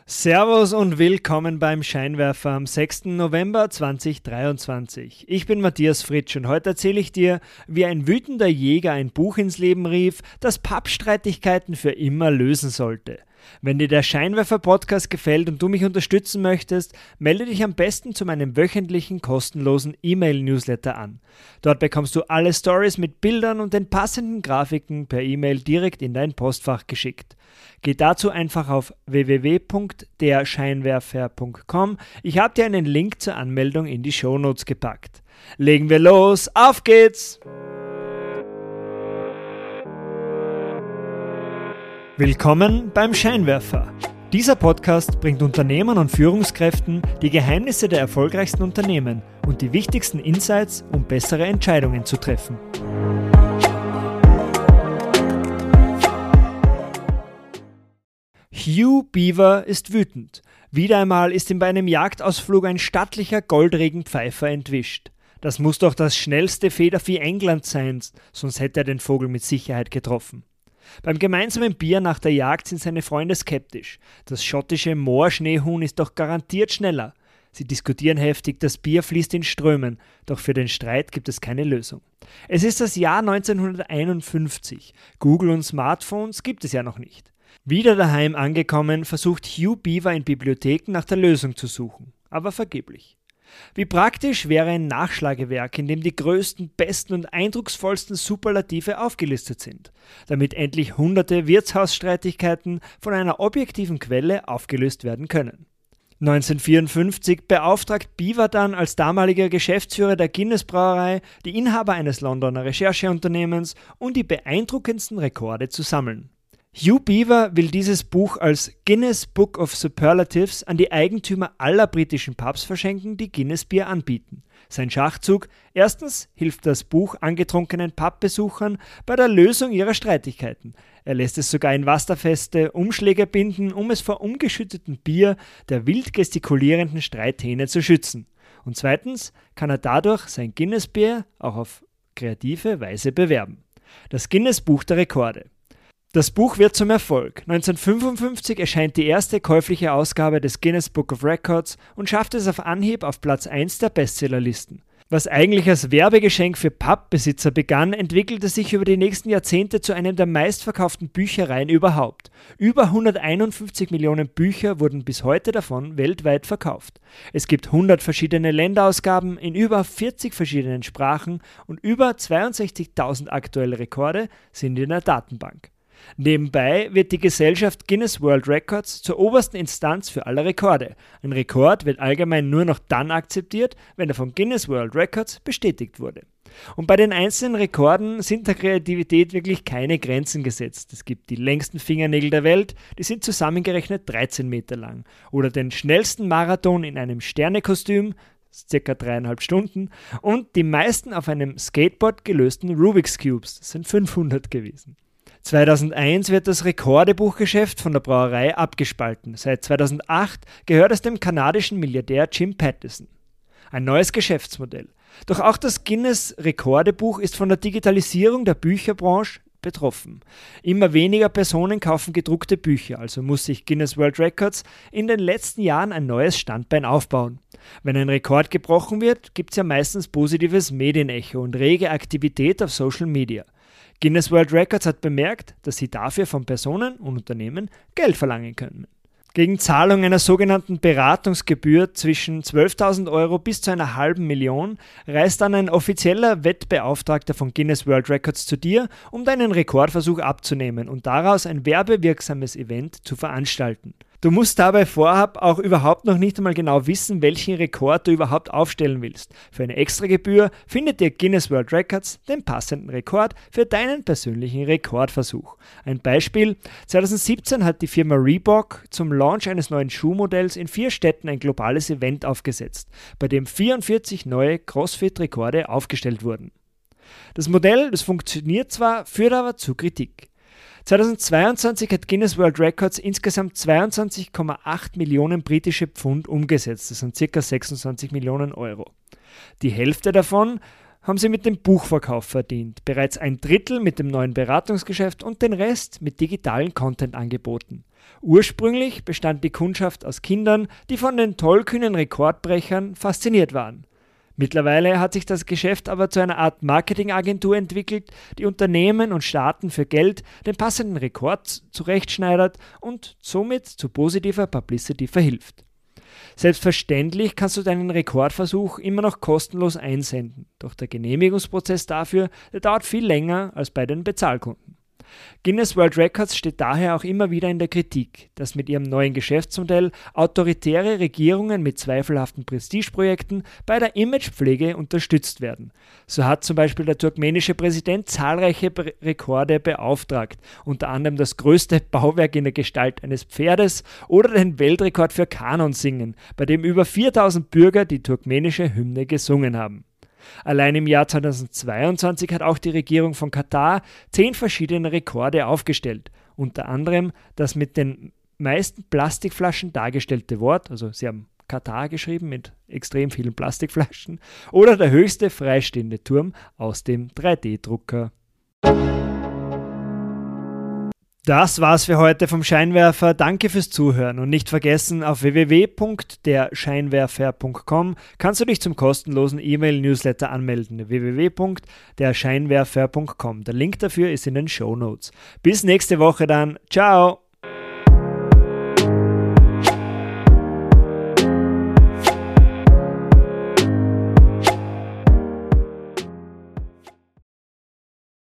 Servus und willkommen beim Scheinwerfer am 6. November 2023. Ich bin Matthias Fritsch und heute erzähle ich dir, wie ein wütender Jäger ein Buch ins Leben rief, das Pappstreitigkeiten für immer lösen sollte. Wenn dir der Scheinwerfer-Podcast gefällt und du mich unterstützen möchtest, melde dich am besten zu meinem wöchentlichen kostenlosen E-Mail-Newsletter an. Dort bekommst du alle Stories mit Bildern und den passenden Grafiken per E-Mail direkt in dein Postfach geschickt. Geh dazu einfach auf www.derscheinwerfer.com. Ich habe dir einen Link zur Anmeldung in die Shownotes gepackt. Legen wir los, auf geht's! Willkommen beim Scheinwerfer. Dieser Podcast bringt Unternehmern und Führungskräften die Geheimnisse der erfolgreichsten Unternehmen und die wichtigsten Insights, um bessere Entscheidungen zu treffen. Hugh Beaver ist wütend. Wieder einmal ist ihm bei einem Jagdausflug ein stattlicher Goldregenpfeifer entwischt. Das muss doch das schnellste Federvieh Englands sein, sonst hätte er den Vogel mit Sicherheit getroffen. Beim gemeinsamen Bier nach der Jagd sind seine Freunde skeptisch. Das schottische Moorschneehuhn ist doch garantiert schneller. Sie diskutieren heftig, das Bier fließt in Strömen, doch für den Streit gibt es keine Lösung. Es ist das Jahr 1951. Google und Smartphones gibt es ja noch nicht. Wieder daheim angekommen, versucht Hugh Beaver in Bibliotheken nach der Lösung zu suchen, aber vergeblich. Wie praktisch wäre ein Nachschlagewerk, in dem die größten, besten und eindrucksvollsten Superlative aufgelistet sind, damit endlich hunderte Wirtshausstreitigkeiten von einer objektiven Quelle aufgelöst werden können. 1954 beauftragt Beaver dann als damaliger Geschäftsführer der Guinness Brauerei die Inhaber eines Londoner Rechercheunternehmens, um die beeindruckendsten Rekorde zu sammeln. Hugh Beaver will dieses Buch als Guinness Book of Superlatives an die Eigentümer aller britischen Pubs verschenken, die Guinness Bier anbieten. Sein Schachzug: erstens hilft das Buch angetrunkenen Pubbesuchern bei der Lösung ihrer Streitigkeiten. Er lässt es sogar in wasserfeste Umschläge binden, um es vor umgeschüttetem Bier der wild gestikulierenden Streithähne zu schützen. Und zweitens kann er dadurch sein Guinness-Bier auch auf kreative Weise bewerben. Das Guinness Buch der Rekorde. Das Buch wird zum Erfolg. 1955 erscheint die erste käufliche Ausgabe des Guinness Book of Records und schafft es auf Anhieb auf Platz 1 der Bestsellerlisten. Was eigentlich als Werbegeschenk für Pubbesitzer begann, entwickelte sich über die nächsten Jahrzehnte zu einem der meistverkauften Büchereien überhaupt. Über 151 Millionen Bücher wurden bis heute davon weltweit verkauft. Es gibt 100 verschiedene Länderausgaben in über 40 verschiedenen Sprachen und über 62.000 aktuelle Rekorde sind in der Datenbank. Nebenbei wird die Gesellschaft Guinness World Records zur obersten Instanz für alle Rekorde. Ein Rekord wird allgemein nur noch dann akzeptiert, wenn er von Guinness World Records bestätigt wurde. Und bei den einzelnen Rekorden sind der Kreativität wirklich keine Grenzen gesetzt. Es gibt die längsten Fingernägel der Welt, die sind zusammengerechnet 13 Meter lang. Oder den schnellsten Marathon in einem Sternekostüm, ca. 3,5 Stunden. Und die meisten auf einem Skateboard gelösten Rubik's Cubes, das sind 500 gewesen. 2001 wird das Rekordebuchgeschäft von der Brauerei abgespalten. Seit 2008 gehört es dem kanadischen Milliardär Jim Pattison. Ein neues Geschäftsmodell. Doch auch das Guinness-Rekordebuch ist von der Digitalisierung der Bücherbranche betroffen. Immer weniger Personen kaufen gedruckte Bücher, also muss sich Guinness World Records in den letzten Jahren ein neues Standbein aufbauen. Wenn ein Rekord gebrochen wird, gibt es ja meistens positives Medienecho und rege Aktivität auf Social Media. Guinness World Records hat bemerkt, dass sie dafür von Personen und Unternehmen Geld verlangen können. Gegen Zahlung einer sogenannten Beratungsgebühr zwischen 12.000 Euro bis zu einer halben Million reist dann ein offizieller Wettbeauftragter von Guinness World Records zu dir, um deinen Rekordversuch abzunehmen und daraus ein werbewirksames Event zu veranstalten. Du musst dabei vorab auch überhaupt noch nicht einmal genau wissen, welchen Rekord du überhaupt aufstellen willst. Für eine Extragebühr findet dir Guinness World Records den passenden Rekord für deinen persönlichen Rekordversuch. Ein Beispiel: 2017 hat die Firma Reebok zum Launch eines neuen Schuhmodells in 4 Städten ein globales Event aufgesetzt, bei dem 44 neue CrossFit-Rekorde aufgestellt wurden. Das Modell, das funktioniert zwar, führt aber zu Kritik. 2022 hat Guinness World Records insgesamt 22,8 Millionen britische Pfund umgesetzt. Das sind ca. 26 Millionen Euro. Die Hälfte davon haben sie mit dem Buchverkauf verdient, bereits ein Drittel mit dem neuen Beratungsgeschäft und den Rest mit digitalen Content-Angeboten. Ursprünglich bestand die Kundschaft aus Kindern, die von den tollkühnen Rekordbrechern fasziniert waren. Mittlerweile hat sich das Geschäft aber zu einer Art Marketingagentur entwickelt, die Unternehmen und Staaten für Geld den passenden Rekord zurechtschneidert und somit zu positiver Publicity verhilft. Selbstverständlich kannst du deinen Rekordversuch immer noch kostenlos einsenden, doch der Genehmigungsprozess dafür, der dauert viel länger als bei den Bezahlkunden. Guinness World Records steht daher auch immer wieder in der Kritik, dass mit ihrem neuen Geschäftsmodell autoritäre Regierungen mit zweifelhaften Prestigeprojekten bei der Imagepflege unterstützt werden. So hat zum Beispiel der turkmenische Präsident zahlreiche Rekorde beauftragt, unter anderem das größte Bauwerk in der Gestalt eines Pferdes oder den Weltrekord für Kanonsingen, bei dem über 4000 Bürger die turkmenische Hymne gesungen haben. Allein im Jahr 2022 hat auch die Regierung von Katar 10 verschiedene Rekorde aufgestellt, unter anderem das mit den meisten Plastikflaschen dargestellte Wort, also sie haben Katar geschrieben mit extrem vielen Plastikflaschen, oder der höchste freistehende Turm aus dem 3D-Drucker. Das war's für heute vom Scheinwerfer. Danke fürs Zuhören und nicht vergessen, auf www.derscheinwerfer.com kannst du dich zum kostenlosen E-Mail-Newsletter anmelden. www.derscheinwerfer.com. Der Link dafür ist in den Shownotes. Bis nächste Woche dann. Ciao!